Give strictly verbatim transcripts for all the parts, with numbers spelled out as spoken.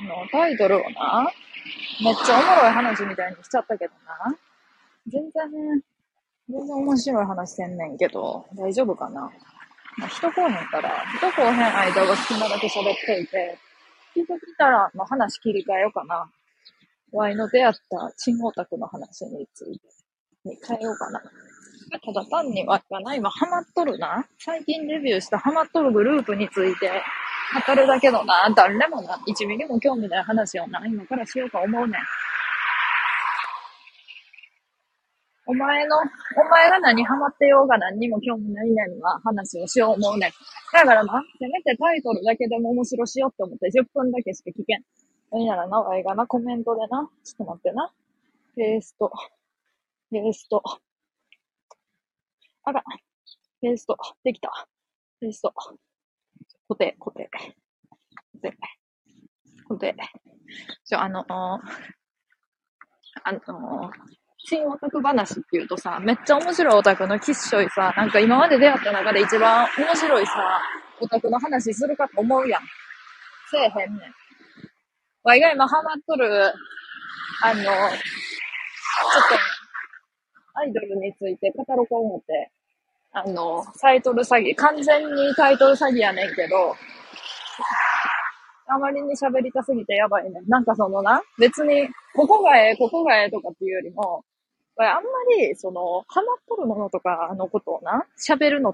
のタイトルをな、めっちゃおもろい話みたいにしちゃったけどな。全然、全然面白い話せんねんけど、大丈夫かな。まあ、人来おへんから、人来おへん間は好きなだけ喋っといて、聞いてきたら、まあ、話切り替えようかな。ワイの出会ったチンオタクの話について、に変えようかな。ただ単にワイがな、今ハマっとるな。最近デビューしたハマっとるグループについて語るだけどな、誰もな、いちミリも興味ない話をな、今からしようか思うねん。お前の、お前が何ハマってようが何にも興味ないねんな話をしよう思うねん。だからな、せめてタイトルだけでも面白しようって思ってじゅっぷんだけしか聞けん。それならな、ワイがな、コメントでな、ちょっと待ってな。ペースト、ペースト。あら、ペースト、できた。ペースト。固定、固定。固定。固定。じゃあ、あのー、あのー、新オタク話って言うとさ、めっちゃ面白いオタクのキッショイさ、なんか今まで出会った中で一番面白いさ、オタクの話するかと思うやん。せえへんねん。わいが今ハマっとる、あの、ちょっと、アイドルについて語ろうか思って、あの、タイトル詐欺、完全にタイトル詐欺やねんけど、あまりに喋りたすぎてやばいね。なんかそのな、別に、ここがええ、ここがええとかっていうよりも、あんまり、その、ハマっとるものとかのことをな、喋るのって、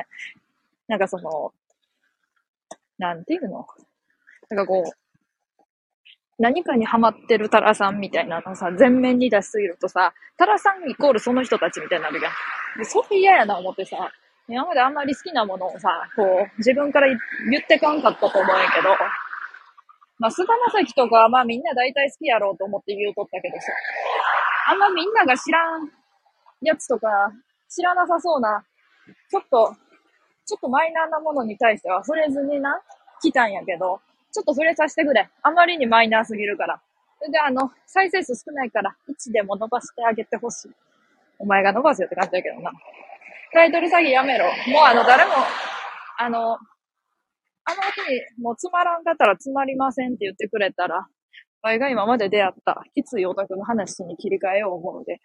なんかその、なんていうのなんかこう、何かにハマってるタラさんみたいなのさ、全面に出しすぎるとさ、タラさんイコールその人たちみたいになるやん。で、それ嫌やな思ってさ、今まであんまり好きなものをさ、こう、自分から言ってかんかったと思うんやけど、まあ、菅田将暉とかはまあみんな大体好きやろうと思って言うとったけどさ、あんまみんなが知らんやつとか、知らなさそうな、ちょっと、ちょっとマイナーなものに対しては触れずにな、来たんやけど、ちょっと触れさせてくれ。あまりにマイナーすぎるから。それであの、再生数少ないから、いちでも伸ばしてあげてほしい。お前が伸ばすよって感じだけどな。タイトル詐欺やめろ。もうあの、誰も、あの、あの日にもうつまらんかったらつまりませんって言ってくれたら、わいが今まで出会ったきついオタクの話に切り替えよう思うので。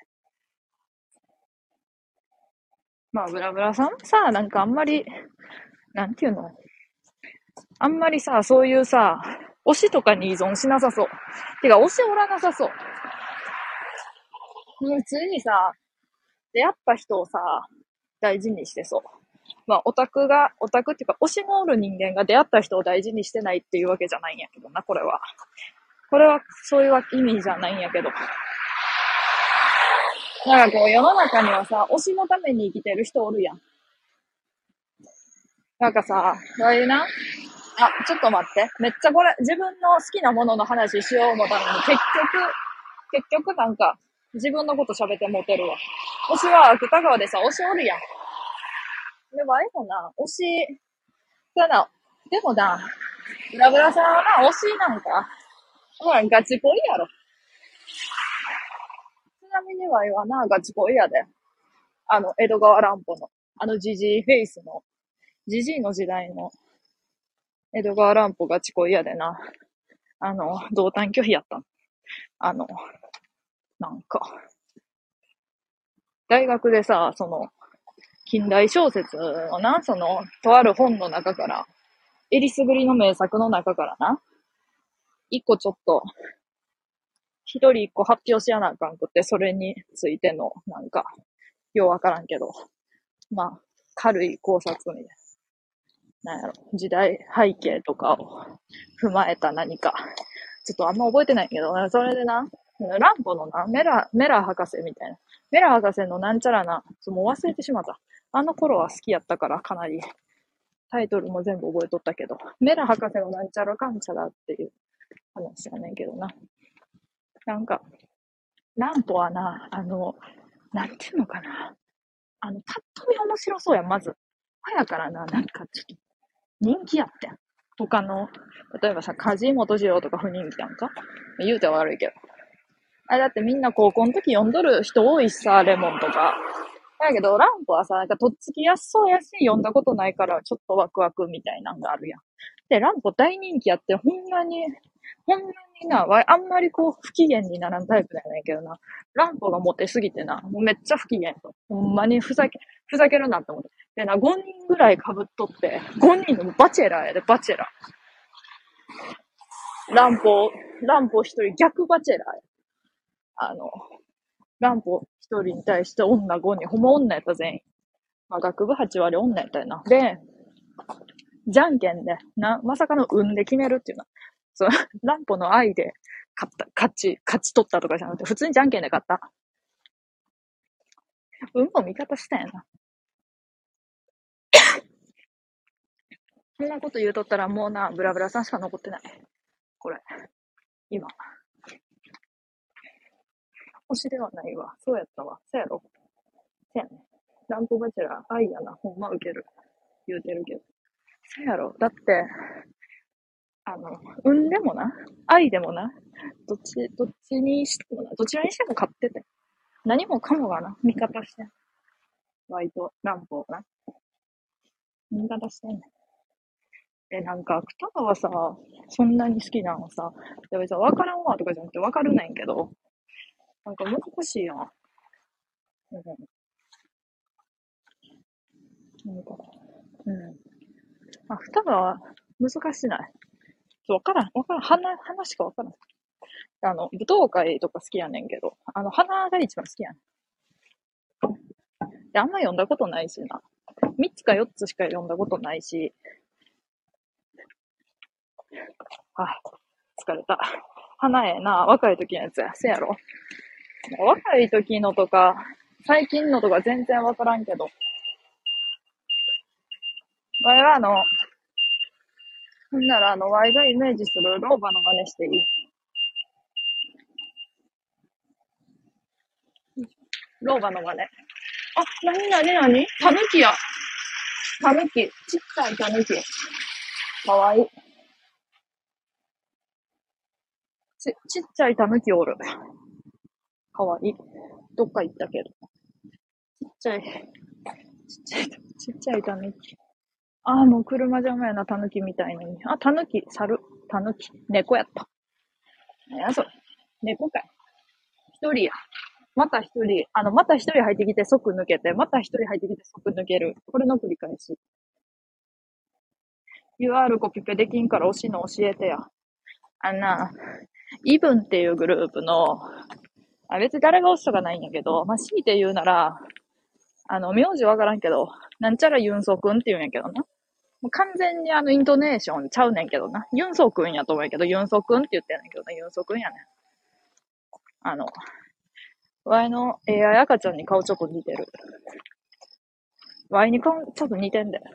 まあ、ブラブラさんさ、なんかあんまり、なんていうのあんまりさ、そういうさ、推しとかに依存しなさそう。てか、推しおらなさそう。普通にさ、出会った人をさ、大事にしてそう。まあ、オタクが、オタクっていうか、推しのおる人間が出会った人を大事にしてないっていうわけじゃないんやけどな、これは。これは、そういう意味じゃないんやけど。なんかこう、世の中にはさ、推しのために生きてる人おるやん。なんかさ、そういうな、あ、ちょっと待って。めっちゃこれ、自分の好きなものの話しよう思ったのに、結局、結局なんか、自分のこと喋ってモテるわ。推しは、芥川でさ、推しおるやん。でも、あれもな、推し、ただ、でもな、ブラブラさんはな、推しなんか、ほら、ガチ恋やろ。ちなみにワイはな、ガチ恋やで。あの、江戸川乱歩の、あのジジイフェイスの、ジジイの時代の、江戸川乱歩ガチ恋やでな。あの、同担拒否やったの。あの、なんか、大学でさ、その、近代小説のな、その、とある本の中から、えりすぐりの名作の中からな、一個ちょっと、一人一個発表しやなあかんくって、それについての、なんか、ようわからんけど、まあ、軽い考察みたいな。なんやろ、時代背景とかを踏まえた何か。ちょっとあんま覚えてないけど、それでな、ランボのな、メラ、メラ博士みたいな。メラ博士のなんちゃらな、もう忘れてしまった。あの頃は好きやったからかなり、タイトルも全部覚えとったけど、メラ博士のなんちゃらかんちゃらっていう話やねんけどな。なんか、ランポはな、あの、なんていうのかな。あの、パッと見面白そうやん、まず。ほやからな、なんかちょっと人気やってん。他の、例えばさ、梶本次郎とか不人気やんか言うては悪いけど。あれだってみんな高校の時読んどる人多いしさ、レモンとか。だけど、ランプはさ、なんかとっつきやすそうやし、読んだことないから、ちょっとワクワクみたいなのがあるやん。で、ランプ大人気やって、ほんまに、 ほんまにな、わあんまりこう、不機嫌にならんタイプだよねんけどな。乱歩がモテすぎてな、もうめっちゃ不機嫌と。ほんまにふざけ、ふざけるなって思って。でな、ごにんぐらい被っとって、ごにんのバチェラーやで、バチェラー。乱歩、乱歩一人逆バチェラーや。あの、乱歩一人に対して女ごにん、ほんま女やった全員。まあ、学部はち割女やったよな。で、じゃんけんで、な、まさかの運で決めるっていうの。そう、乱歩の愛で勝った、勝ち、勝ち取ったとかじゃなくて、普通にじゃんけんで勝った。運も味方したんやな。そんなこと言うとったらもうな、ブラブラさんしか残ってない。これ。今。星ではないわ。そうやったわ。そうやろ。そうやね。乱歩バチェラー、愛やな。ほんま受ける。言うてるけど。そうやろ。だって、あの、運でもな、愛でもな、どっち、どっちにしてもな、どちらにしても勝ってて。何もかもがな、味方してん。ワイト、乱歩な。味方してんねん。え、なんか、双葉はさ、そんなに好きなのさ、いや別に分からんわとかじゃなくて分かるねんけど、なんか難しいやん。うん、なんか、うん。あ、双葉は難しない。分からん、分からん、花、花しか分からん。あの、舞踏会とか好きやねんけど、あの、花が一番好きやねん。で、あんま読んだことないしな。みっつかよっつしか読んだことないし、あ、疲れた。花ええな、若い時のやつや。せやろ。若い時のとか、最近のとか全然わからんけど。わいはあの、ほんならあの、わいがイメージする老婆の真似していい？老婆の真似。あ、なになになにたぬきや。たぬき。ちっちゃいたぬき。かわいい。ち、ちっちゃいたぬきおる。かわいい。どっか行ったけど。ちっちゃい、ちっちゃい、ちっちゃいたぬき。ああ、もう車邪魔やな、たぬきみたいに。あ、たぬき、猿、たぬき、猫やった。なやそれ。猫かい。一人や。また一人、あの、また一人入ってきて即抜けて、また一人入ってきて即抜ける。これの繰り返し。ユーアール コピペできんから推しの教えてや。あんな、イブンっていうグループの、あ、別に誰が推しとかないんやけど、まあ、強いて言うなら、あの、名字わからんけど、なんちゃらユンソくんって言うんやけどな。もう完全にあの、イントネーションちゃうねんけどな。ユンソくんやと思うんやけど、ユンソくんって言ってんねんけどな、ユンソくんやねん。あの、ワイの エーアイ 赤ちゃんに顔ちょっと似てる。ワイに顔ちょっと似てんだよ。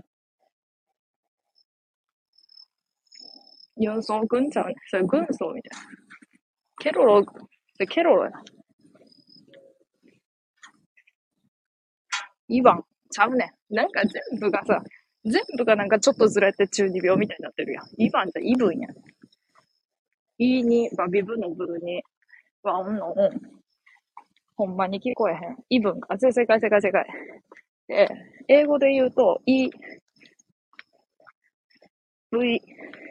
ユンソくんちゃうねん。それ軍曹みたいな。ケロロ、それケロロや。イワン。ちゃうねん。なんか全部がさ、全部がなんかちょっとずれて中二病みたいになってるやん。イワンじゃイブンやん。イに、バビブのブに、ワンのオン。ほんまに聞こえへん。イブンか。正解正解正解。で、英語で言うと、E、V、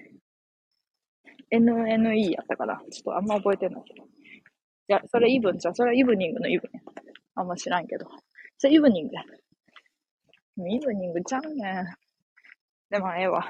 エヌエヌイー やったから。ちょっとあんま覚えてないけど。いや、それイブンじゃん。それはイブニングのイブンや。あんま知らんけど。それイブニングや。イブニングちゃうねん。でもええわ。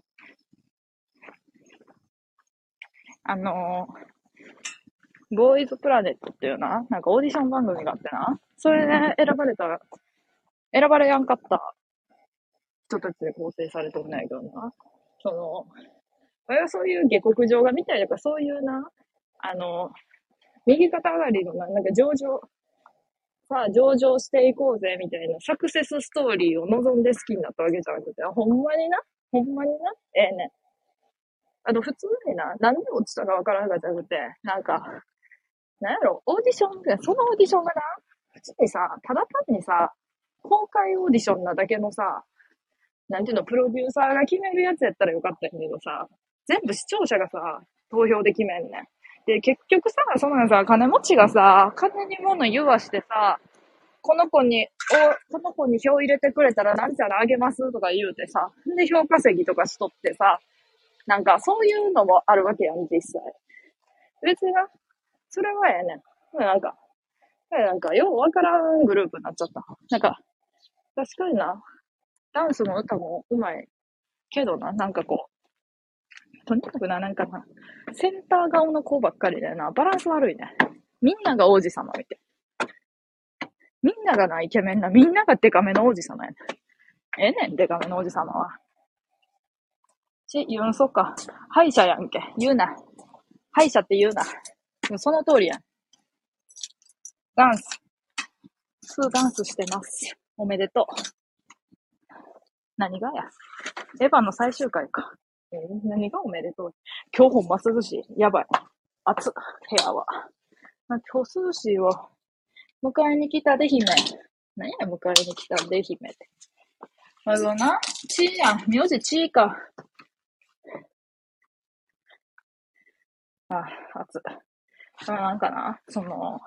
あのー、ボーイズプラネットっていうな、なんかオーディション番組があってな、それで選ばれたら、選ばれやんかった人たちで構成されてるんやけどな。その、俺はそういう下克上が見たりとか、そういうな、あの、右肩上がりのな、なんか上場、さあ上場していこうぜみたいなサクセスストーリーを望んで好きになったわけじゃなくて、ほんまにな、ほんまにな、ええね。あと普通にな、何で落ちたかわからなかったじゃなくて、なんか、なんやろ、オーディションって、そのオーディションがな、普通にさ、ただ単にさ、公開オーディションなだけのさ、なんていうの、プロデューサーが決めるやつやったらよかったんやけどさ、全部視聴者がさ、投票で決めんねん。で、結局さ、そのさ、金持ちがさ、金に物言わしてさ、この子に、お、この子に票入れてくれたらなんちゃらあげますとか言うてさ、で、票稼ぎとかしとってさ、 なんか、そういうのもあるわけやん、実際。別にな、それはええねん。なんか、なんか、ようわからんグループになっちゃった。なんか、確かにな、ダンスも歌もうまいけどな、なんかこう、とにかくな、なんかな、センター顔の子ばっかりでな、バランス悪いね。みんなが王子様見て。みんながな、イケメンな、みんながデカめの王子様やねん。ええねん、デカめの王子様は。ち、言うんそっか。歯医者やんけ。言うな。歯医者って言うな。その通りやん。ダンス。スーダンスしてます。おめでとう。何がや。エヴァの最終回か。えー、何がおめでとう。今日ほんま涼しい。やばい。暑っ。部屋は。今日涼しいわ。迎えに来たで姫。何や、迎えに来たで姫って。まずな、ちーやん。名字ちーか。あ、暑っ。なんかな、その、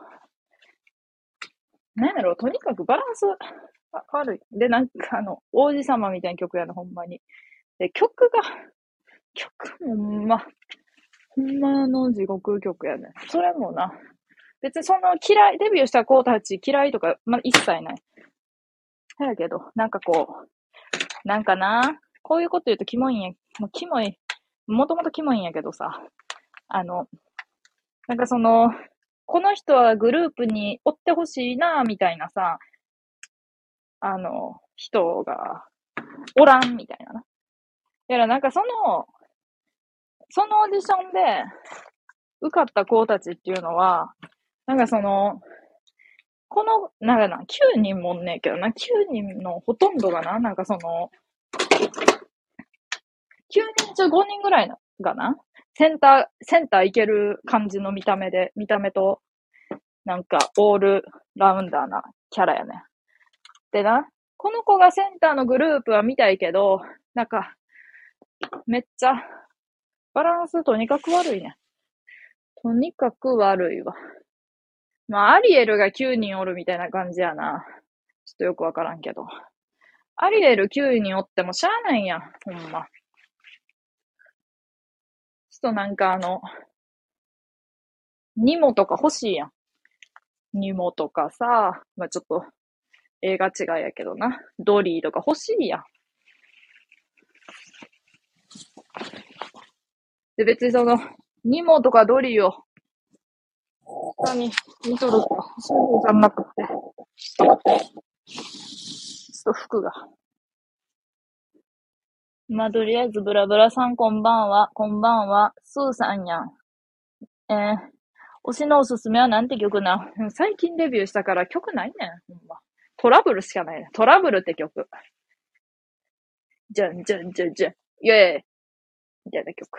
なんやろ、とにかくバランス悪い。で、なんかあの、王子様みたいな曲やな、ほんまに。で、曲が、曲も、ま、ほんまの地獄曲やね。それもな、別にその嫌い、デビューした子たち嫌いとか、ま、一切ない。やけど、なんかこう、なんかな、こういうこと言うとキモいんや、もうキモい、もともとキモいんやけどさ、あの、なんかその、この人はグループに追ってほしいな、みたいなさ、あの、人が、おらん、みたいなな。いや、なんかその、そのオーディションで、受かった子たちっていうのは、なんかその、この、なんかな、きゅうにんもんねえけどな、きゅうにんのほとんどがな、なんかその、きゅうにん中ごにんぐらいがな、センター、センターいける感じの見た目で、見た目と、なんか、オールラウンダーなキャラやね。でな、この子がセンターのグループは見たいけど、なんか、めっちゃ、バランスとにかく悪いね。とにかく悪いわ。まあ、アリエルがきゅうにんおるみたいな感じやな。ちょっとよくわからんけど。アリエルきゅうにんおってもしゃあないやん、ほんま。ちょっとなんかあの、ニモとか欲しいやん。ニモとかさ、まあちょっと映画違いやけどな。ドリーとか欲しいやん。で、別にその、ニモとかドリーを、他に見とるか、そうじゃなくて、ちょっと待って、ちょっと服が。まあ、とりあえず、ブラブラさんこんばんは。こんばんは。スーさんやん。えー、推しのおすすめはなんて曲な。最近デビューしたから曲ないねん。ほんま。トラブルしかないね。トラブルって曲。じゃんじゃんじゃんじゃん。イェーイみたいな曲。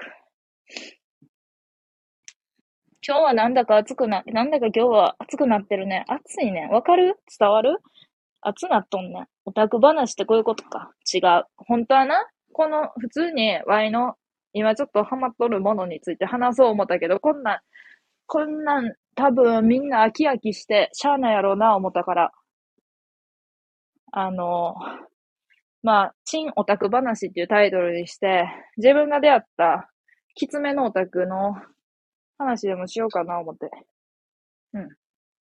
今日はなんだか暑くな、なんだか今日は暑くなってるね。暑いね。わかる？伝わる？暑なっとんねん。オタク話ってこういうことか。違う。本当はな、この普通にワイの今ちょっとハマっとるものについて話そう思ったけど、こんなん、こんなん多分みんな飽き飽きしてしゃあないやろうな思ったから、あの、まあ、チンオタク話っていうタイトルにして、自分が出会ったきつめのオタクの話でもしようかな思って。うん。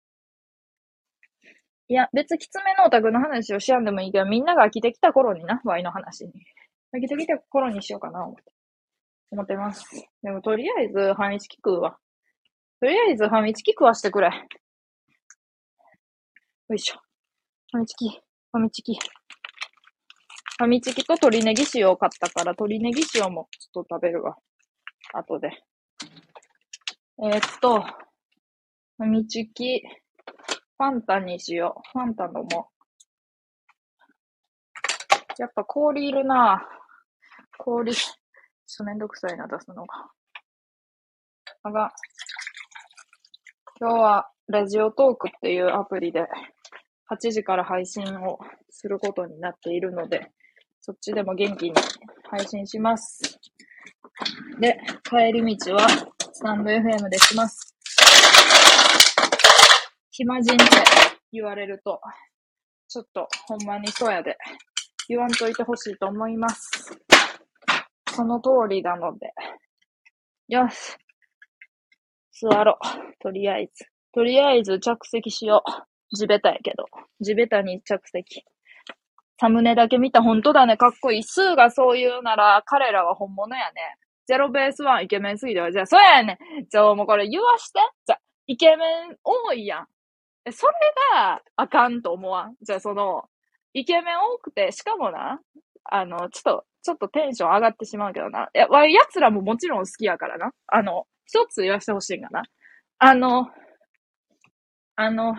いや、別にきつめのオタクの話をしやんでもいいけど、みんなが飽きてきた頃にな、ワイの話に。飽きてきた頃にしようかな思って。思ってます。でもとりあえず、ファミチキ食うわ。とりあえず、ファミチキ食わしてくれ。よいしょ。ファミチキ、ファミチキ。ファミチキと鶏ネギ塩を買ったから、鶏ネギ塩もちょっと食べるわ。後で。えー、っと、ファミチキ、ファンタにしよう。ファンタ飲もう。やっぱ氷いるなぁ。氷。ちょっとめんどくさいな、出すのが。あが、今日はラジオトークっていうアプリではちじから配信をすることになっているので、そっちでも元気に配信します。で、帰り道はスタンド エフエム でします。暇人って言われると、ちょっとほんまにそうやで、言わんといてほしいと思います。 その通りなので。よし。座ろう。とりあえず。とりあえず着席しよう。地べたやけど。地べたに着席。サムネだけ見た。本当だね。かっこいい。スーがそう言うなら、彼らは本物やね。ゼロベースワンイケメンすぎては。じゃあ、そうやねん。じゃあ、もうこれ言わして。じゃあ、イケメン多いやん。え、それがあかんと思わん。じゃあ、その、イケメン多くて、しかもな、あの、ちょっと、ちょっとテンション上がってしまうけどな。いや、わ、奴らももちろん好きやからな。あの、一つ言わせてほしいんがな。あの、あの、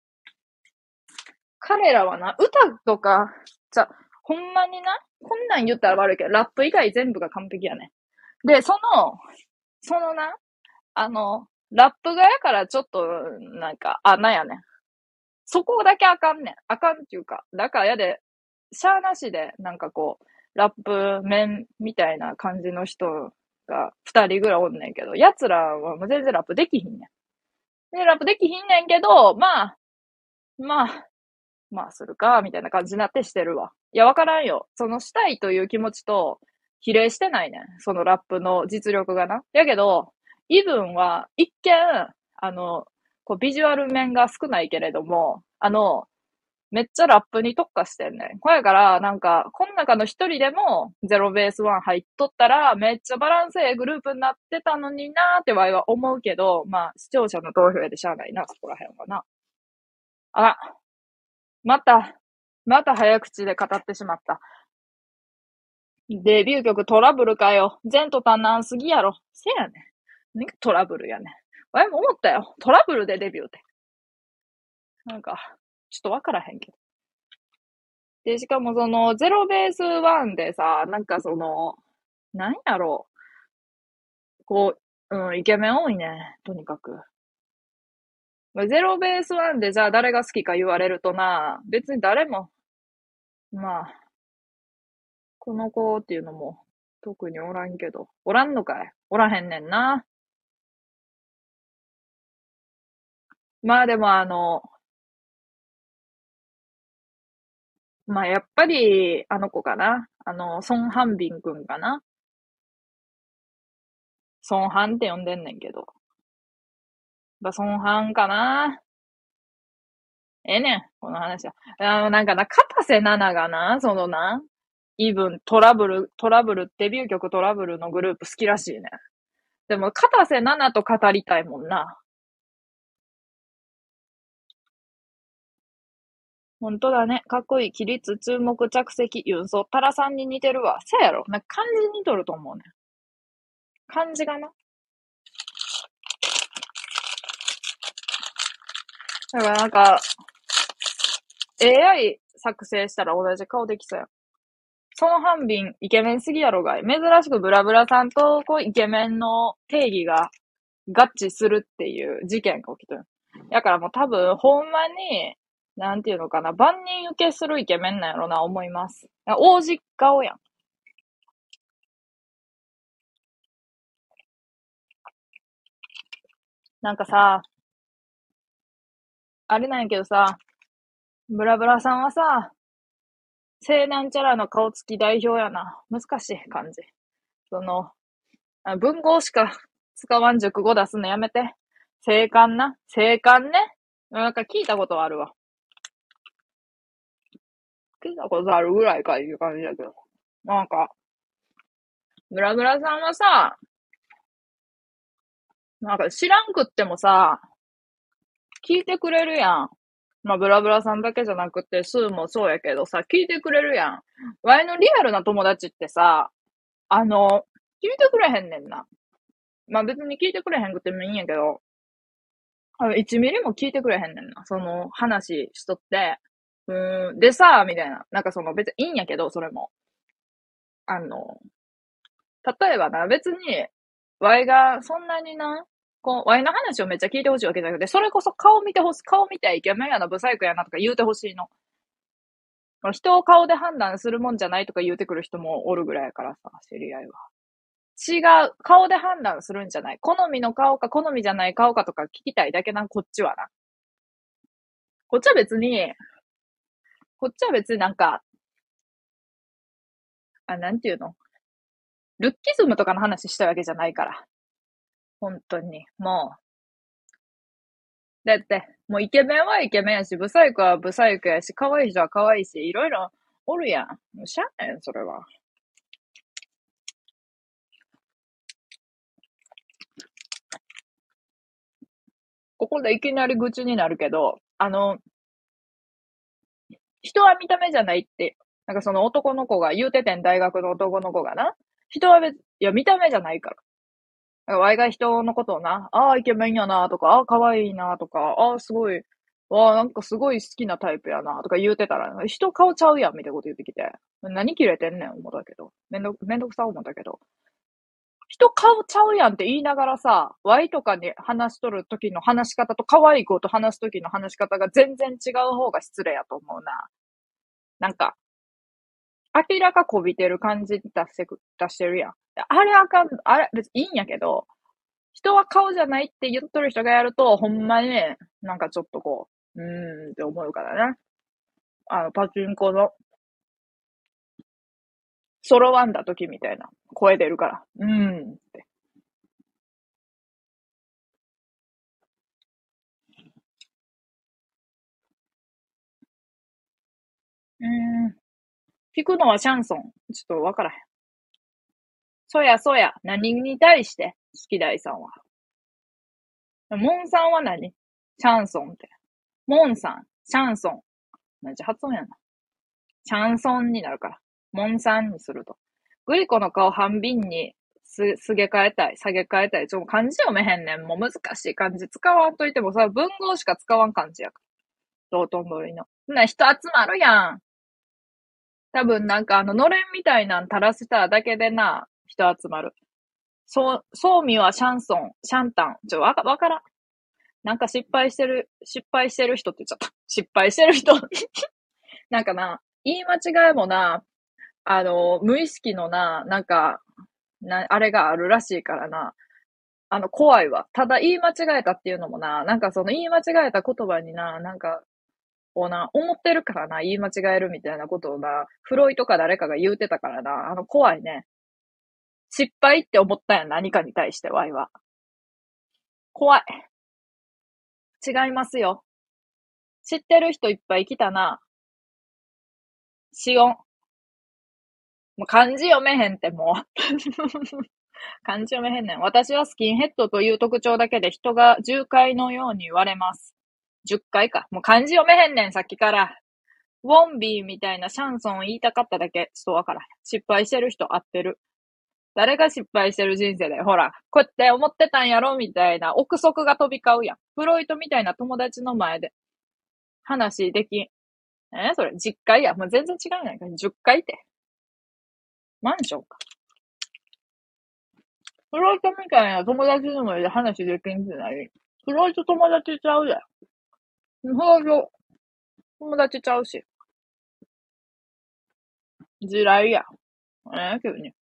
彼らはな、歌とか、じゃ、ほんまにな、こんなん言ったら悪いけど、ラップ以外全部が完璧やね。で、その、そのな、あの、ラップがやからちょっと、なんか、穴やねん。そこだけあかんねん。あかんっていうか、だからやで、しゃーなしで、なんかこう、ラップ面みたいな感じの人が二人ぐらいおんねんけど、奴らはもう全然ラップできひんねん。で、ラップできひんねんけど、まあ、まあ、まあするか、みたいな感じになってしてるわ。いや、わからんよ。そのしたいという気持ちと比例してないねん。そのラップの実力がな。やけど、イブンは一見、あの、こうビジュアル面が少ないけれども、あの、めっちゃラップに特化してんねん。これから、なんか、この中の一人でも、ゼロベースワン入っとったら、めっちゃバランスええグループになってたのになーってわいは思うけど、まあ、視聴者の投票やでしゃあないな、そこら辺はな。あ、また、また早口で語ってしまった。デビュー曲トラブルかよ。前途多難すぎやろ。せやねん。何かトラブルやねん。わいも思ったよ。トラブルでデビューって。なんか、ちょっとわからへんけど。で、しかもその、ゼロベースワンでさ、なんかその、なんやろう。こう、うん、イケメン多いね。とにかく。ゼロベースワンでじゃあ誰が好きか言われるとな、別に誰も、まあ、この子っていうのも特におらんけど。おらんのかいおらへんねんな。まあでもあの、まあやっぱり、あの子かな。あの、ソン・ハンビンくんかな。ソンハンって呼んでんねんけど。まあ、ソンハンかな。ええねん、この話は。あの、なんかな、片瀬奈々がな、そのな、イブン、トラブル、トラブル、デビュー曲トラブルのグループ好きらしいね。でも、片瀬奈々と語りたいもんな。ほんとだね。かっこいい。起立、注目、着席、ユソ、タラさんに似てるわ。せやろ。なんか漢字似とると思うね。漢字がな。だからなんか、エーアイ 作成したら同じ顔できそうや。ソン・ハンビン、イケメンすぎやろがい。珍しくブラブラさんと、こう、イケメンの定義が合致するっていう事件が起きてる。だからもう多分、ほんまに、なんていうのかな、万人受けするイケメンなんやろな、思います。王子顔やん。なんかさ、あれなんやけどさ、ブラブラさんはさ、西南チャラの顔つき代表やな。難しい感じ。その、あ文豪しか使わん熟語出すのやめて。静観な。静観ね。なんか聞いたことあるわ。聞いたことあるぐらいかいう感じだけど。なんか、ブラブラさんはさ、なんか知らんくってもさ、聞いてくれるやん。まあ、ブラブラさんだけじゃなくて、スーもそうやけどさ、聞いてくれるやん。ワイのリアルな友達ってさ、あの、聞いてくれへんねんな。まあ別に聞いてくれへんくてもいいんやけど、あの、いちミリも聞いてくれへんねんな。その話しとって、うーん、でさ、みたいな。なんかその別にいいんやけど、それも。あの、例えばな、別に、ワイがそんなにな、こう、ワイの話をめっちゃ聞いてほしいわけじゃなくて、それこそ顔見てほしい、顔見てイケメンやな、ブサイクやなとか言うてほしいの。人を顔で判断するもんじゃないとか言うてくる人もおるぐらいやからさ、知り合いは。違う。顔で判断するんじゃない。好みの顔か好みじゃない顔かとか聞きたいだけなん、こっちはな。こっちは別に、こっちは別になんか、あ、なんていうのルッキズムとかの話したいわけじゃないから。本当に。もう。だって、もうイケメンはイケメンやし、ブサイクはブサイクやし、可愛い人は可愛いし、いろいろおるやん。もうしゃあないよ、それは。ここでいきなり愚痴になるけど、あの、人は見た目じゃないって、なんかその男の子が言うててん、大学の男の子がな。人は別、いや、見た目じゃないから。だからワイが人のことをな、ああ、イケメンやなとか、ああ、可愛いなとか、ああ、すごい、わあ、なんかすごい好きなタイプやなとか言うてたら、人顔ちゃうやんみたいなこと言ってきて。何切れてんねん思ったけど。めんど、めんどくさ思ったけど。人顔ちゃうやんって言いながらさ、ワイとかに話しとる時の話し方と可愛い子と話す時の話し方が全然違う方が失礼やと思うな。なんか、明らかこびてる感じ出してく、出してるやん。あれあかん、あれ別にいいんやけど、人は顔じゃないって言っとる人がやると、ほんまにね、なんかちょっとこう、うーんって思うからね。あの、パチンコの、揃わんだ時みたいな声出るから。うーんって。うーん。聞くのはシャンソン。ちょっとわからへん。そやそや。何に対して好き大さんは。モンさんは何シャンソンって。モンさん、シャンソン。同じ発音やな。シャンソンになるから。モンさんにすると。グリコの顔半瓶にす、すげ替えたい。下げ替えたい。ちょ、もう漢字読めへんねん。もう難しい漢字使わんといてもさ、文豪しか使わん漢字やから。道頓堀の。そんな人集まるやん。多分なんかあの、のれんみたいなん垂らしただけでな、人集まる。そう、そうみはシャンソン、シャンタン。ちょ、わか、わからん。なんか失敗してる、失敗してる人って言っちゃった。失敗してる人。なんかな、言い間違いもな、あの、無意識のな、なんか、な、あれがあるらしいからな。あの、怖いわ。ただ言い間違えたっていうのもな、なんかその言い間違えた言葉にな、なんか、こうな、思ってるからな、言い間違えるみたいなことをな、フロイトか誰かが言うてたからな、あの、怖いね。失敗って思ったやん、何かに対して、ワイは。怖い。違いますよ。知ってる人いっぱい来たな。シオン。もう漢字読めへんってもう。漢字読めへんねん。私はスキンヘッドという特徴だけで人がじゅっかいのように言われます。じゅっかいか。もう漢字読めへんねん、さっきから。ウォンビーみたいなシャンソン言いたかっただけ。ちょっとわからへん。失敗してる人合ってる。誰が失敗してる人生で、ほら、こうやって思ってたんやろみたいな憶測が飛び交うやん。フロイトみたいな友達の前で話できん。えーそれ、じゅっかいや。もう全然違うやんか。じゅっかいって。マンションか。フロイトみたいな友達の前で話できんってないフロイト友達ちゃうやん。フロイト友達ちゃうし。地雷やん。えー、急に。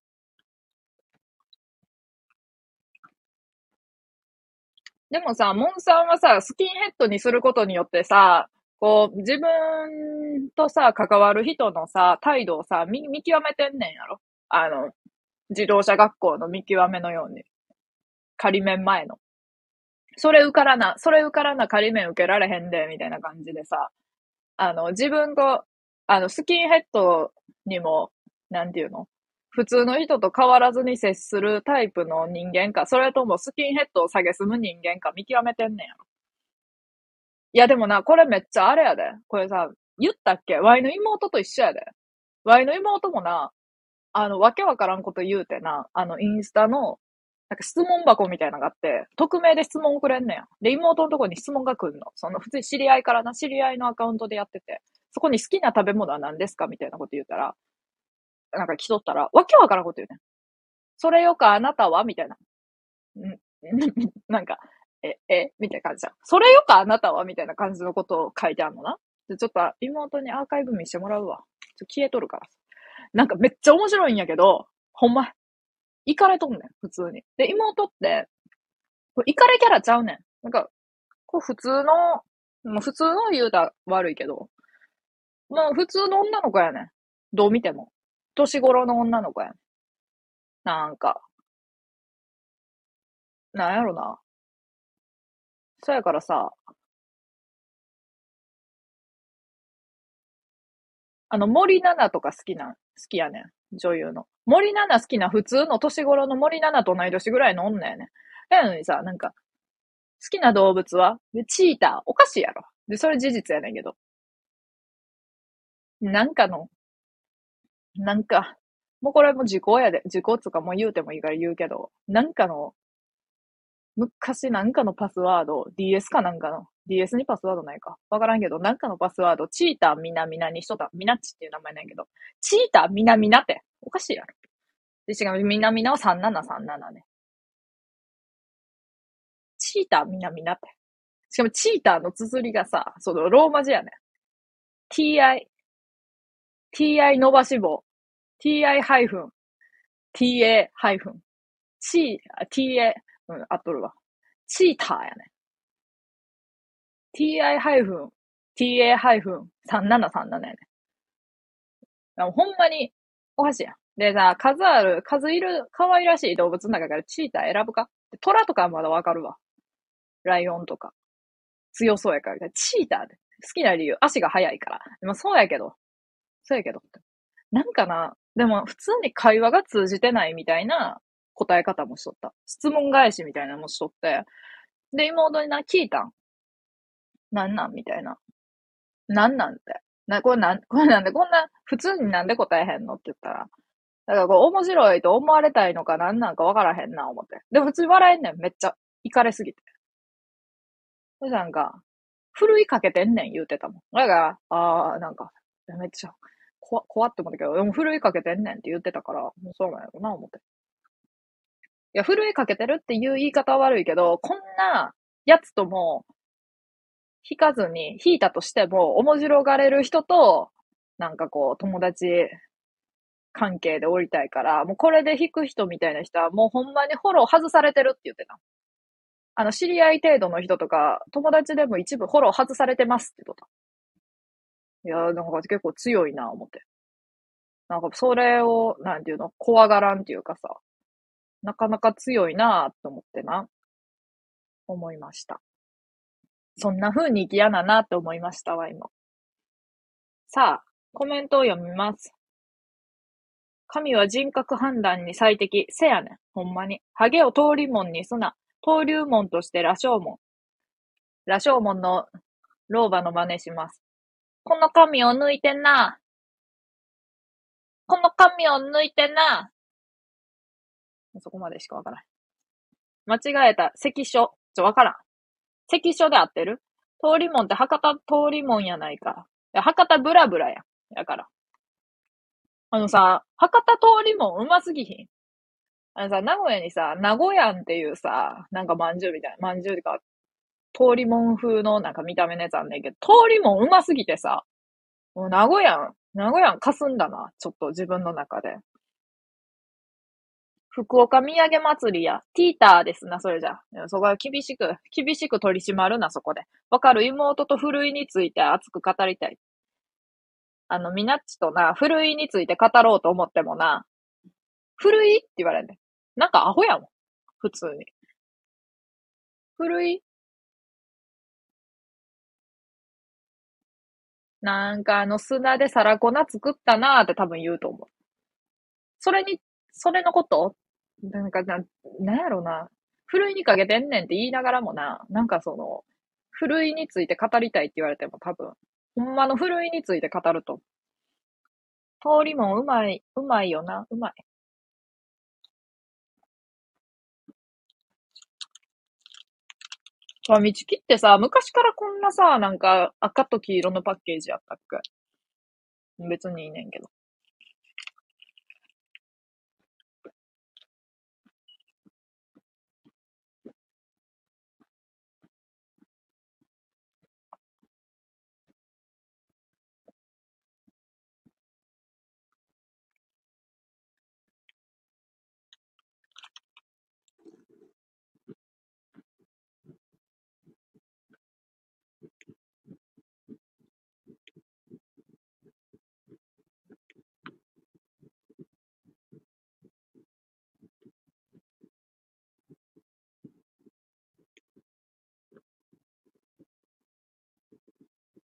でもさ、モンさんはさ、スキンヘッドにすることによってさ、こう、自分とさ、関わる人のさ、態度をさ、見、見極めてんねんやろあの、自動車学校の見極めのように。仮面前の。それ受からな、それ受からな仮面受けられへんで、みたいな感じでさ、あの、自分と、あの、スキンヘッドにも、なんていうの普通の人と変わらずに接するタイプの人間か、それともスキンヘッドを下げすむ人間か見極めてんねんやろ。いやでもな、これめっちゃあれやで。これさ、言ったっけワイの妹と一緒やで。ワイの妹もな、あの、わけわからんこと言うてな、あの、インスタの、なんか質問箱みたいなのがあって、匿名で質問くれんねや。で、妹のとこに質問が来るの。その、普通に知り合いからな、知り合いのアカウントでやってて、そこに好きな食べ物は何ですかみたいなこと言ったら、なんか来とったら、わけわからんこと言うねん。それよかあなたはみたいな。んなんか、え、えみたいな感じじゃん。それよかあなたはみたいな感じのことを書いてあるのな。で、ちょっと妹にアーカイブ見してもらうわ。ちょ消えとるから。なんかめっちゃ面白いんやけど、ほんま、イカれとんねん、普通に。で、妹って、これイカれキャラちゃうねん。なんか、こう普通の、もう普通の言うたら悪いけど、もう普通の女の子やねん。どう見ても。年頃の女の子やねん。 なんか、なんやろな。そやからさ、あの、森七菜とか好きなん、好きやねん。女優の。森七菜好きな普通の年頃の森七菜と同い年ぐらいの女やねん。やのにさ、なんか、好きな動物はで、チーター。おかしいやろ。で、それ事実やねんけど。なんかの、なんか、もうこれも時効やで。時効っつうかもう言うてもいいから言うけど、なんかの、昔なんかのパスワード、ディーエス かなんかの、ディーエス にパスワードないか。わからんけど、なんかのパスワード、チーターみなみなにしとった。みなっちっていう名前なんやけど、チーターみなみなって、おかしいやろ。で、しかもみなみなはさんななさんななね。チーターみなみなって。しかもチーターの綴りがさ、そのローマ字やねん。ti、ti 伸ばし棒、ti ハイフン、ta ハイフン、チー、ta、うん、合っとるわ。チーターやね。ti ハイフン、ta ハイフン、さんななさんななやね。ほんまに、おかしいやん。でさ、数ある、数いる可愛らしい動物の中からチーター選ぶか？虎とかはまだわかるわ。ライオンとか。強そうやから。チーターで。好きな理由、足が速いから。でもそうやけど、そうやけど。なんかな、でも普通に会話が通じてないみたいな答え方もしとった。質問返しみたいなのもしとって。で、妹にな、聞いたん。なんなんみたいな。なんなんて。な、これなん、これなんでこんな、普通になんで答えへんのって言ったら、だからこう面白いと思われたいのかなんなんかわからへんな、思って。でも普通に笑えんねん、めっちゃ。イかれすぎて。そしたらなんか、ふるいかけてんねん言うてたもん。だから、あー、なんか、めっちゃ、怖、怖って思ったけど、でもふるいかけてんねんって言ってたから、もうそうなんやろな、思って。いや、ふるいかけてるっていう言い方は悪いけど、こんなやつとも引かずに、引いたとしても、面白がれる人と、なんかこう、友達関係でおりたいから、もうこれで引く人みたいな人は、もうほんまにフォロー外されてるって言ってた。あの、知り合い程度の人とか、友達でも一部フォロー外されてますって言ってた。いや、なんか結構強いな、思って。なんかそれを、なんていうの、怖がらんっていうかさ、なかなか強いなと思ってな、思いました。そんな風に生きやななって思いましたわ、今。さあ、コメントを読みます。神は人格判断に最適。せやねん。ほんまに。ハゲを通り門にすな。登竜門として羅生門。羅生門の老婆の真似します。この髪を抜いてな。この髪を抜いてな。そこまでしかわからん。間違えた。関所。ちょ、わからん。関所で合ってる？通り門って博多通り門やないか。いや博多ブラブラやん。やから。あのさ、博多通り門うますぎひん？あのさ、名古屋にさ、名古屋んっていうさ、なんかまんじゅうみたいな、まんじゅうか、通り門風のなんか見た目のやつあんねんけど、通り門うますぎてさ、もう名古屋ん、名古屋んかすんだな、ちょっと自分の中で。福岡土産祭りや、ティーターですな、それじゃ。そこは厳しく、厳しく取り締まるな、そこで。わかる？妹とふるいについて熱く語りたい。あの、みなっちとな、ふるいについて語ろうと思ってもな、ふるいって言われんねん。なんかアホやもん。普通に。ふるいなんかあの砂で皿粉作ったなーって多分言うと思う。それに、それのことなんかな、なんやろな。ふるいにかけてんねんって言いながらもな、なんかその、ふるいについて語りたいって言われても多分、ほんまのふるいについて語ると。通りもうまい、うまいよな、うまい。ファミチキってさ、昔からこんなさ、なんか赤と黄色のパッケージやったっけ？別にいいねんけど。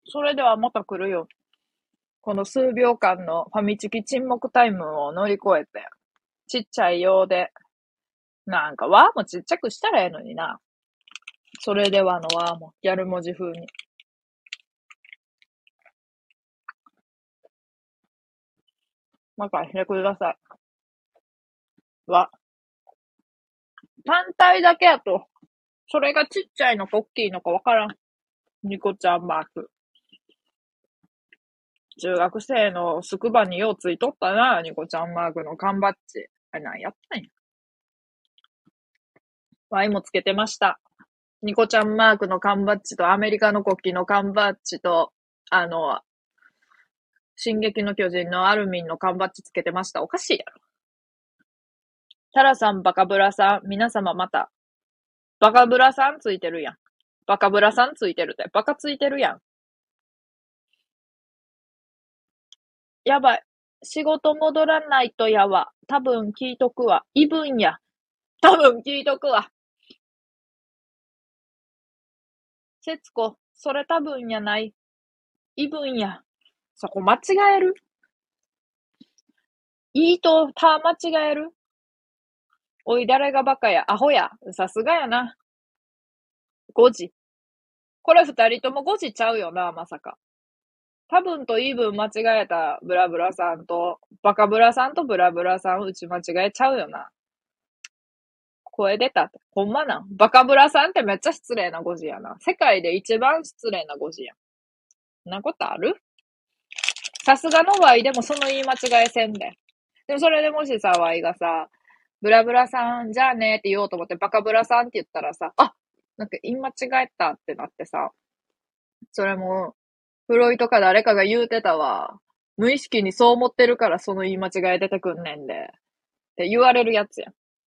それではまた来るよ。この数秒間のファミチキ沈黙タイムを乗り越えて、ちっちゃいようで、なんかわーもちっちゃくしたらええのにな。それではのわーも、ギャル文字風に。任せてください。わ。単体だけやと、それがちっちゃいのか大きいのかわからん。ニコちゃんマーク。中学生のスクバにようついとったな、ニコちゃんマークの缶バッジ。あれなんやったんや。ワイもつけてました。ニコちゃんマークの缶バッジとアメリカの国旗の缶バッジと、あの、進撃の巨人のアルミンの缶バッジつけてました。おかしいやろ。タラさん、バカブラさん、皆様また。バカブラさんついてるやん。バカブラさんついてるって。バカついてるやん。やばい。仕事戻らないとやわ。多分聞いとくわ。異分や。多分聞いとくわ。節子、それ多分やない。異分や。そこ間違える？いいとた間違える？おい、誰がバカや。アホや。さすがやな。ごじ。これ二人ともごじちゃうよな、まさか。多分とイーブン間違えたブラブラさんと、バカブラさんとブラブラさんうち間違えちゃうよな。声出たって。ほんまなん。バカブラさんってめっちゃ失礼なごじやな。世界で一番失礼なごじやん。そんなことある？さすがのワイでもその言い間違えせんで。でもそれでもしさ、ワイがさ、ブラブラさん、じゃあねって言おうと思って、バカブラさんって言ったらさ、あ、なんか言い間違えたってなってさ、それも、フロイトか誰かが言うてたわ。無意識にそう思ってるからその言い間違い出てくんねんで。って言われるやつや。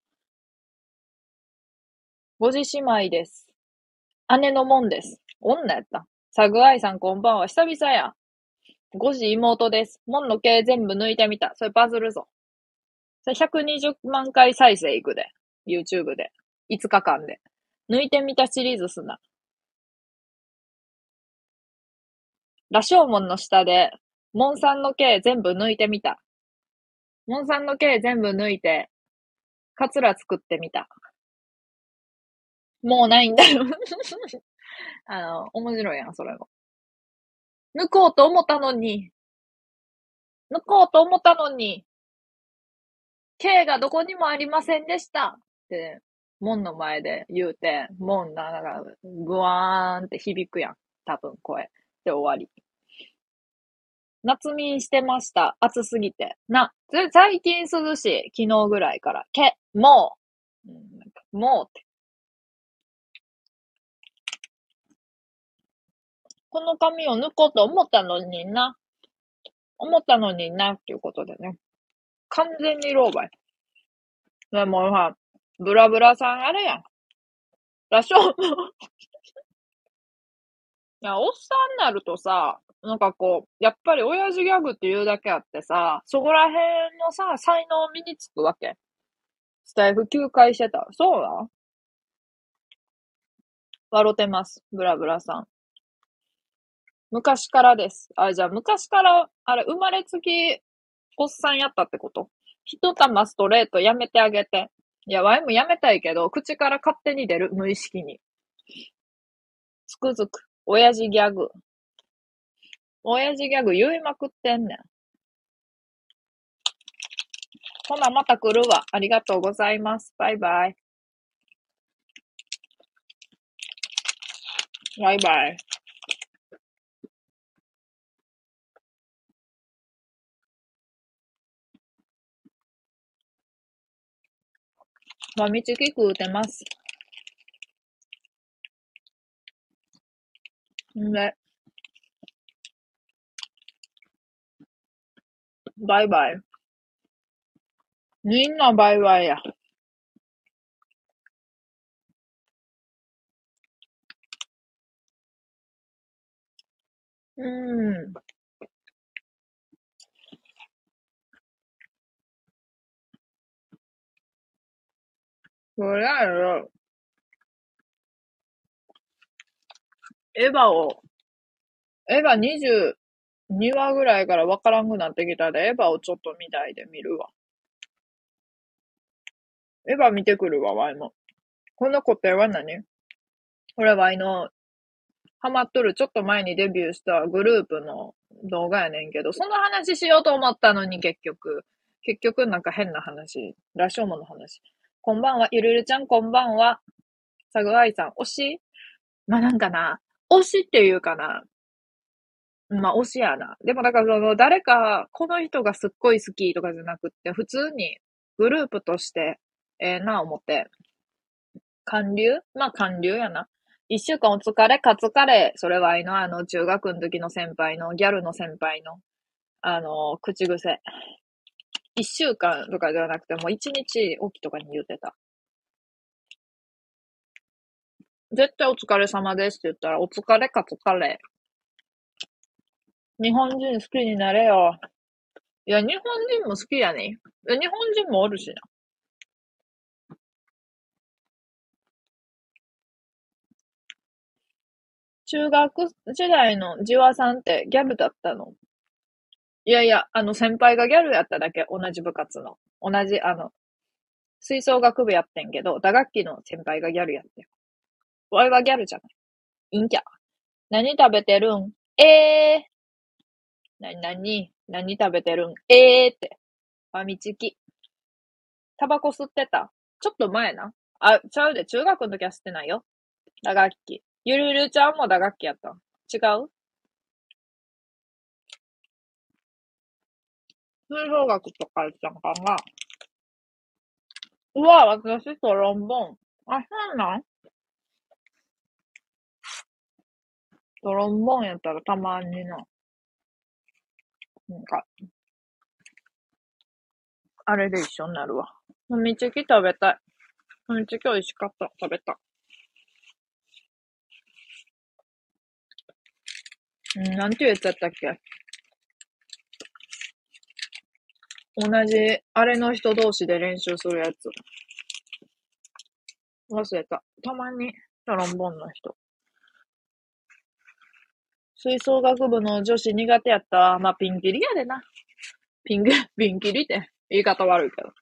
ごじ姉妹です。姉のもんです。女やった。サグアイさんこんばんは。久々や。ごじ妹です。門の毛全部抜いてみた。それバズるぞ。それひゃくにじゅうまん回再生いくで。YouTube で。いつかかんで。抜いてみたシリーズすな。羅生門の下で、門さんの毛全部抜いてみた。門さんの毛全部抜いて、カツラ作ってみた。もうないんだよ。あの、面白いやん、それも。抜こうと思ったのに、抜こうと思ったのに、K がどこにもありませんでした。って、門の前で言うて、門な、なんか、ぐわーんって響くやん。多分声。で終わり。夏眠してました。暑すぎて。な、最近涼しい。昨日ぐらいから。け、もう、うん、なんかもうって。この髪を抜こうと思ったのにな。思ったのにな、っていうことでね。完全に老婆や。でもさ、ブラブラさんあれやん。羅生門。いや、おっさんになるとさ、なんかこう、やっぱり親父ギャグって言うだけあってさ、そこら辺のさ、才能身につくわけ。スタイフ休会してた。そうなん？笑ってます。ブラブラさん。昔からです。あ、じゃあ昔から、あれ、生まれつき、おっさんやったってこと？一玉ストレートやめてあげて。いや、ワイもやめたいけど、口から勝手に出る。無意識に。つくづく。親父ギャグ。親父ギャグ言いまくってんねん。ほな、また来るわ。ありがとうございます。バイバイ。バイバイ。ファミチキ食うてます。んで、バイバイ。みんなバイバイや。うーん。とりあえず、エヴァを、 エヴァにじゅうにわぐらいからわからんくなってきたで、エヴァをちょっと見たいで見るわ。エヴァ見てくるわ、ワイも。この固定は何？これワイのハマっとるちょっと前にデビューしたグループの動画やねんけど、その話しようと思ったのに結局、結局なんか変な話、ラショーモの話。こんばんは、ゆるるちゃんこんばんは。サグアイさん、推し？まあ、なんかな、推しっていうかな、まあ、推しやな。でもだからその、誰か、この人がすっごい好きとかじゃなくって、普通にグループとして、ええな思って、韓流まあ、韓流やな。一週間お疲れ、カツカレー。それはあいの、あの、中学の時の先輩の、ギャルの先輩の、あの、口癖。一週間とかじゃなくても、一日おきとかに言ってた。絶対お疲れ様ですって言ったら、お疲れカツカレー。日本人好きになれよ。いや、日本人も好きやね。日本人もおるしな。中学時代のジワさんってギャルだったの？いやいや、あの先輩がギャルやっただけ、同じ部活の。同じ、あの、吹奏楽部やってんけど、打楽器の先輩がギャルやってん。わいはギャルじゃない。陰キャ。何食べてるん？えー。なになに何食べてるん？えーって。ファミチキ。タバコ吸ってた？ちょっと前な。あ、ちゃうで、中学の時は吸ってないよ。打楽器。ゆるゆるちゃんも打楽器やった。違う？吹奏楽とかやったんかな。うわ、私トロンボーン。あ、そうなん？トロンボーンやったらたまにな。なんか、あれで一緒になるわ。ファミチキ食べたい。ファミチキ美味しかった。食べた。うん、なんていうやつやったっけ？同じ、あれの人同士で練習するやつ。忘れた。たまに、トロンボーンの人。吹奏楽部の女子苦手やったわ。まあ、ピンキリやでな。ピンキリ、ピンキリって、言い方悪いけど。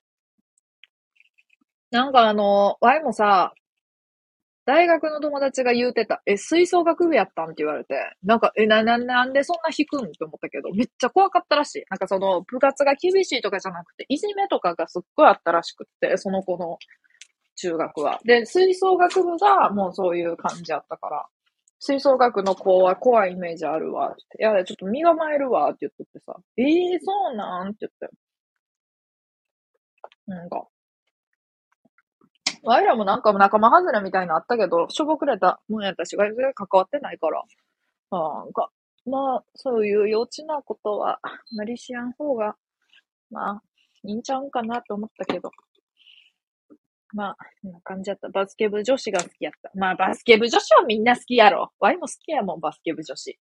なんかあの、ワイもさ、大学の友達が言うてた。え、吹奏楽部やったんって言われて。なんか、え、な、な、なんでそんな弾くんって思ったけど、めっちゃ怖かったらしい。なんかその、部活が厳しいとかじゃなくて、いじめとかがすっごいあったらしくって、その子の中学は。で、吹奏楽部がもうそういう感じやったから、吹奏楽の子は怖いイメージあるわって。いや、ちょっと身構えるわって言っとってさ。ええー、そうなんって言って。なんか、我らもなんか仲間外れみたいなのあったけど、しょぼくれたもんやったし、外れ関わってないから、なんか、まあ、そういう幼稚なことは、あまりしやん方が、まあ、いいんちゃうんかなと思ったけど、まあ、こんな感じやった。バスケ部女子が好きやった。まあ、バスケ部女子はみんな好きやろ。ワイも好きやもん、バスケ部女子。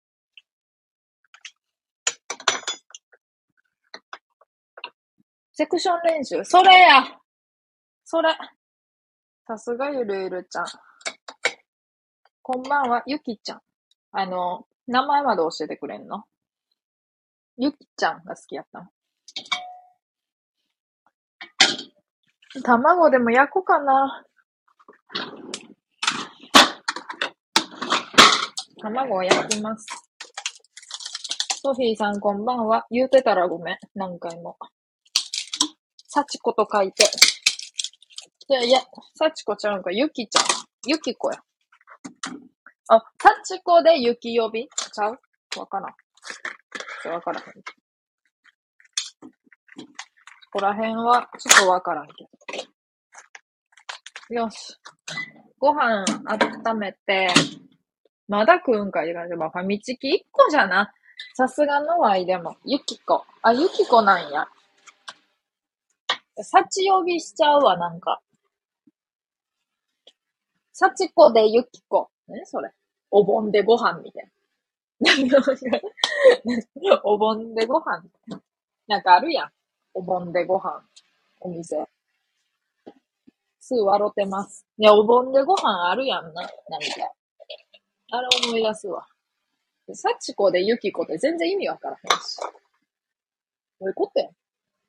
セクション練習。それやそれ。さすがゆるゆるちゃん。こんばんは、ゆきちゃん。あの、名前まで教えてくれんの？ゆきちゃんが好きやったの？卵でも焼こうかな。卵を焼きます。ソフィーさんこんばんは。言うてたらごめん。何回も。幸子と書いて。いやいや、幸子ちゃうんか。ゆきちゃん。ゆきこや。あ、幸子でゆき呼びちゃう？わからん。わからへん。ここら辺は、ちょっとわからんけど。よし。ご飯温めて、まだ食うんかいらん。まあ、ファミチキいっこじゃな。さすがのワイでも。ゆきこ。あ、ゆきこなんや。幸呼びしちゃうわ、なんか。幸子でゆきこ。何それ。お盆でご飯みたいな。お盆でご飯。なんかあるやん。お盆でご飯。お店。すぐ笑ってます。いや、お盆でご飯あるやんな。何か。あれ思い出すわ。 幸子でゆき子って全然意味わからへんし。どういうことや。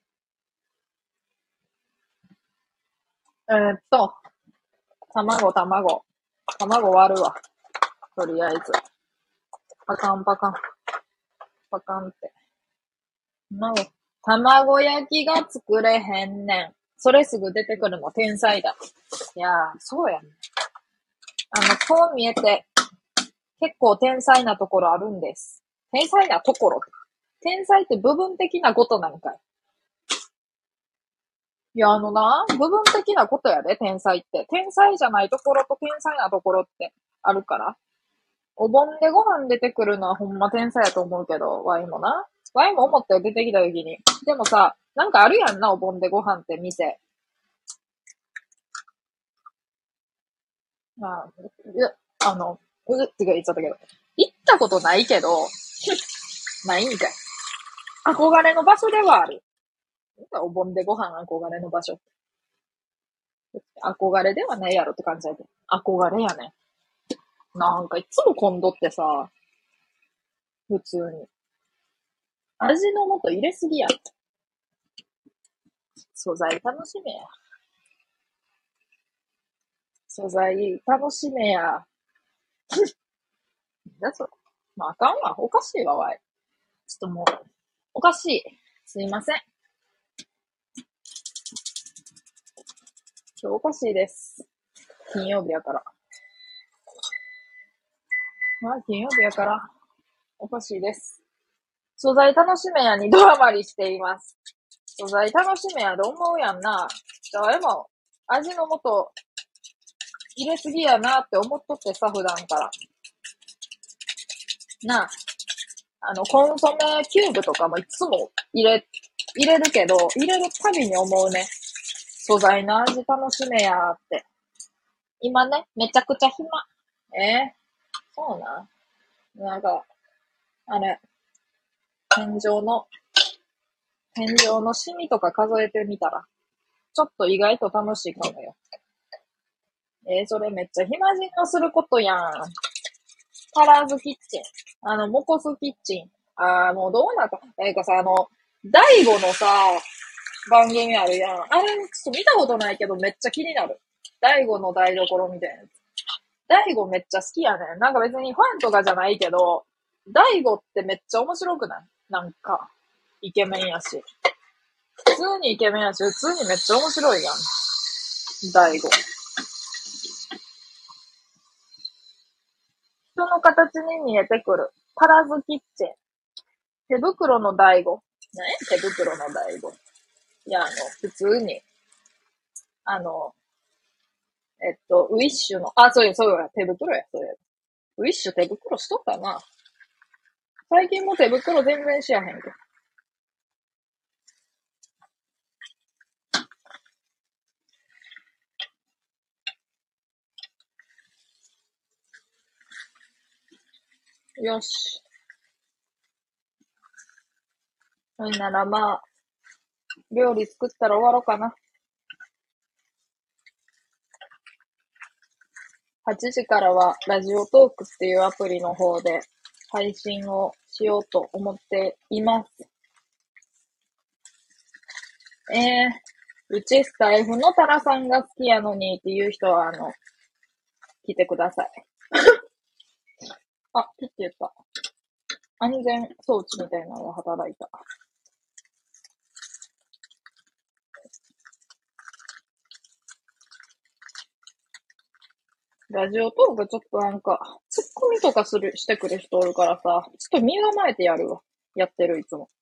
えーっと、卵、卵。卵割るわ。とりあえず。パカンパカン。パカンって。卵。卵焼きが作れへんねん。それすぐ出てくるの天才だ。いやー、そうやね。あの、こう見えて、結構天才なところあるんです。天才なところ。天才って部分的なことなんかい。いや、あのな、部分的なことやで、天才って。天才じゃないところと天才なところってあるから。お盆でご飯出てくるのはほんま天才やと思うけど、ワイもな。ワイも思ったよ、出てきた時に。でもさ、なんかあるやんな、お盆でご飯って店。まあ、いや、あの、うってか言っちゃったけど。行ったことないけど、ないんかい。憧れの場所ではある。お盆でご飯憧れの場所。憧れではないやろって感じだけど。憧れやね。なんかいつも混んどってさ、普通に。味の素入れすぎや。素材楽しめや。素材楽しめや。だそれ。まあ、あかんわ。おかしいわ、わい。ちょっともう、おかしい。すいません。今日おかしいです。金曜日やから。まあ、金曜日やから、おかしいです。素材楽しめやにドハマりしています。素材楽しめやで思うやんな。じゃあ、でも、味の素入れすぎやなって思っとってさ、普段から。なあ、あの、コンソメキューブとかもいつも入れ、入れるけど、入れるたびに思うね。素材の味楽しめやーって。今ね、めちゃくちゃ暇。えー、そうな。なんか、あれ、天井の、天井のシミとか数えてみたら、ちょっと意外と楽しいかもよ。えー、それめっちゃ暇人のすることやん。カラーズキッチン。あの、モコスキッチン。あー、もうどうなった。えーかさ、あの、大悟のさ、番組あるやん。あれ、ちょっと見たことないけどめっちゃ気になる。大悟の台所みたいなやつ。大悟めっちゃ好きやねん。なんか別にファンとかじゃないけど、大悟ってめっちゃ面白くない？なんか、イケメンやし。普通にイケメンやし、普通にめっちゃ面白いやん。大悟。人の形に見えてくる。パラズキッチン。手袋の大悟。何手袋の大悟。いや、あの、普通に、あの、えっと、ウィッシュの、あ、そうや、そうや、手袋や、そうや。ウィッシュ手袋しとったな。最近も手袋全然しやへんけど。よし。それならまあ、料理作ったら終わろうかな。はちじからはラジオトークっていうアプリの方で配信をしようと思っています。えー、うちスタイフのタラさんが好きやのにっていう人は、あの、来てください。あ、ピッて言った。安全装置みたいなのが働いた。ラジオトークちょっとなんか、ツッコミとかする、してくる人おるからさ、ちょっと身構えてやるわ。やってる、いつも。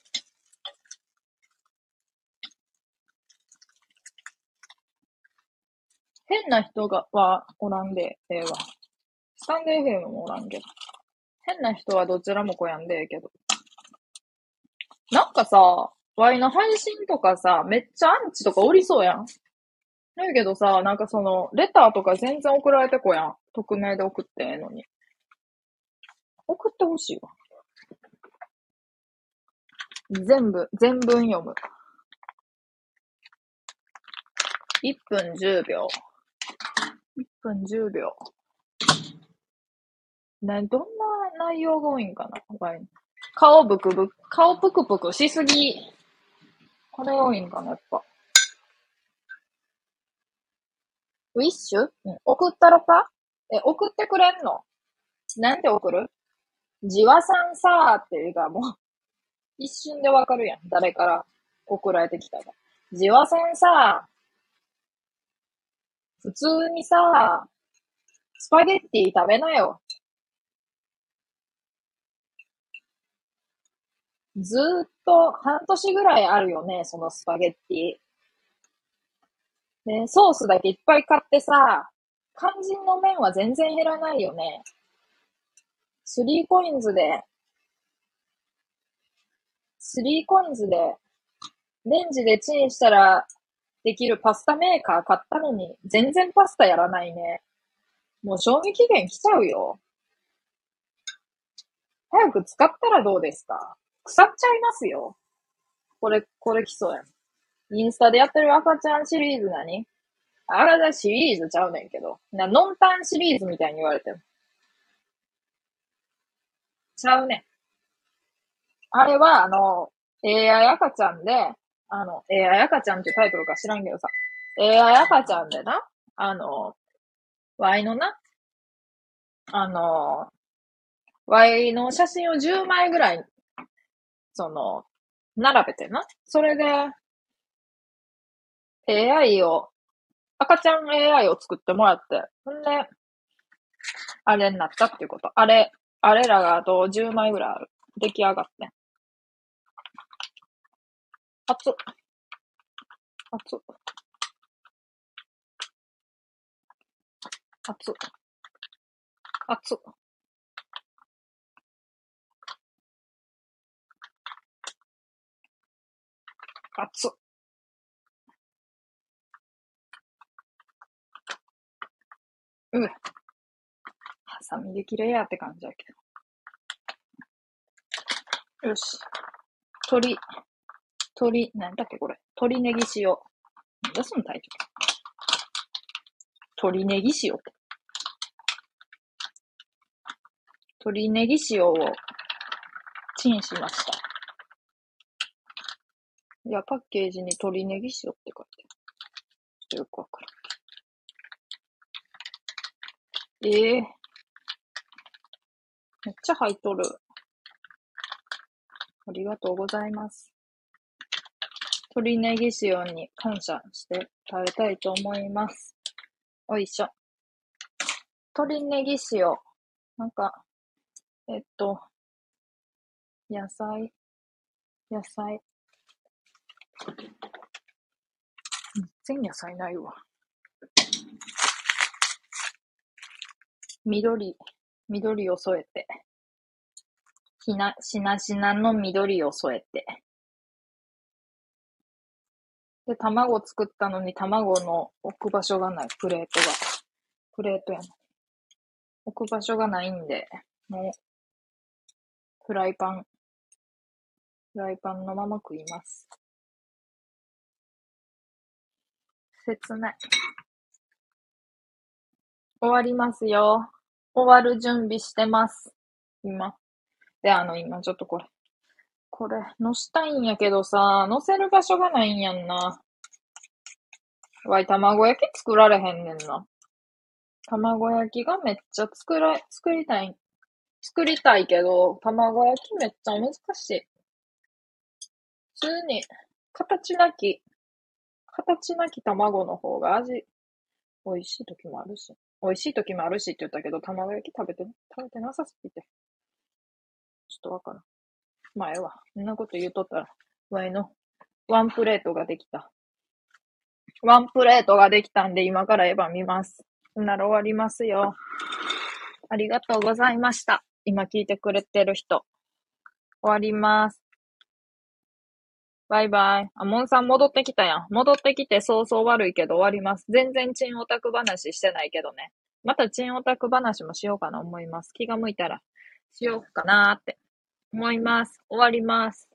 変な人が、は、おらんで、ええわ。スタンド エフエム もおらんけど。変な人はどちらもこやんでええけど。なんかさ、ワイの配信とかさ、めっちゃアンチとかおりそうやん。だけどさ、なんかその、レターとか全然送られてこやん。匿名で送ってええのに。送ってほしいわ。全部、全文読む。いっぷんじゅうびょう。いっぷんじゅうびょう。 な、どんな内容が多いんかなワイン顔ブクブク、顔ぷくぷくしすぎ。これ多いんかなやっぱ。ウィッシュうん。送ったろかえ、送ってくれんのなんて送るじわさんさーっていうかもう、一瞬でわかるやん。誰から送られてきたか。じわさんさー、普通にさ、スパゲッティ食べなよ。ずーっと半年ぐらいあるよね、そのスパゲッティ。ね、ソースだけいっぱい買ってさ、肝心の麺は全然減らないよね。スリーコインズで、スリーコインズで、レンジでチンしたらできるパスタメーカー買ったのに、全然パスタやらないね。もう賞味期限来ちゃうよ。早く使ったらどうですか？腐っちゃいますよ。これ、これ来そうやん。インスタでやってる赤ちゃんシリーズ何あらだシリーズちゃうねんけど。な、ノンタンシリーズみたいに言われても。ちゃうねん。あれは、あの、エーアイ 赤ちゃんで、あの、エーアイ 赤ちゃんっていうタイトルか知らんけどさ、エーアイ 赤ちゃんでな、あの、ワイのな、あの、ワイの写真をじゅうまいぐらい、その、並べてな。それで、エーアイ を、赤ちゃん エーアイ を作ってもらって、ほんで、あれになったっていうこと。あれ、あれらがあとじゅうまいぐらいある。出来上がって。熱っ、熱っ、熱っ、熱っ、熱っ。うん。ハサミで切れやって感じやけど。よし。鶏、鶏、なんだっけこれ。鶏ネギ塩。なんだそのタイトル。鶏ネギ塩って。鶏ネギ塩をチンしました。いや、パッケージに鶏ネギ塩って書いてある。ちょっとよくわからん。ええー、めっちゃ入っとる。ありがとうございます。鶏ネギ塩に感謝して食べたいと思います。おいしょ。鶏ネギ塩。なんか、えっと、野菜、野菜。全然野菜ないわ。緑、緑を添えて。ひな、しなしなの緑を添えて。で、卵作ったのに卵の置く場所がない。プレートが。プレートやな。置く場所がないんで、もう、フライパン、フライパンのまま食います。切ない。終わりますよ。終わる準備してます。今。で、あの、今ちょっとこれ。これ、乗したいんやけどさ、乗せる場所がないんやんな。わい、卵焼き作られへんねんな。卵焼きがめっちゃ作ら、作りたい。作りたいけど、卵焼きめっちゃ難しい。普通に、形なき、形なき卵の方が味、美味しい時もあるし。美味しい時もあるしって言ったけど、卵焼き食べて、食べてなさすぎて。ちょっとわからん。前は。そんなこと言うとったら、わいのワンプレートができた。ワンプレートができたんで、今からエヴァ見ます。なら終わりますよ。ありがとうございました。今聞いてくれてる人。終わります。バイバイ。あ、モンさん戻ってきたやん。戻ってきて早々悪いけど終わります。全然チンオタク話してないけどね。またチンオタク話もしようかな思います。気が向いたらしようかなーって思います。終わります。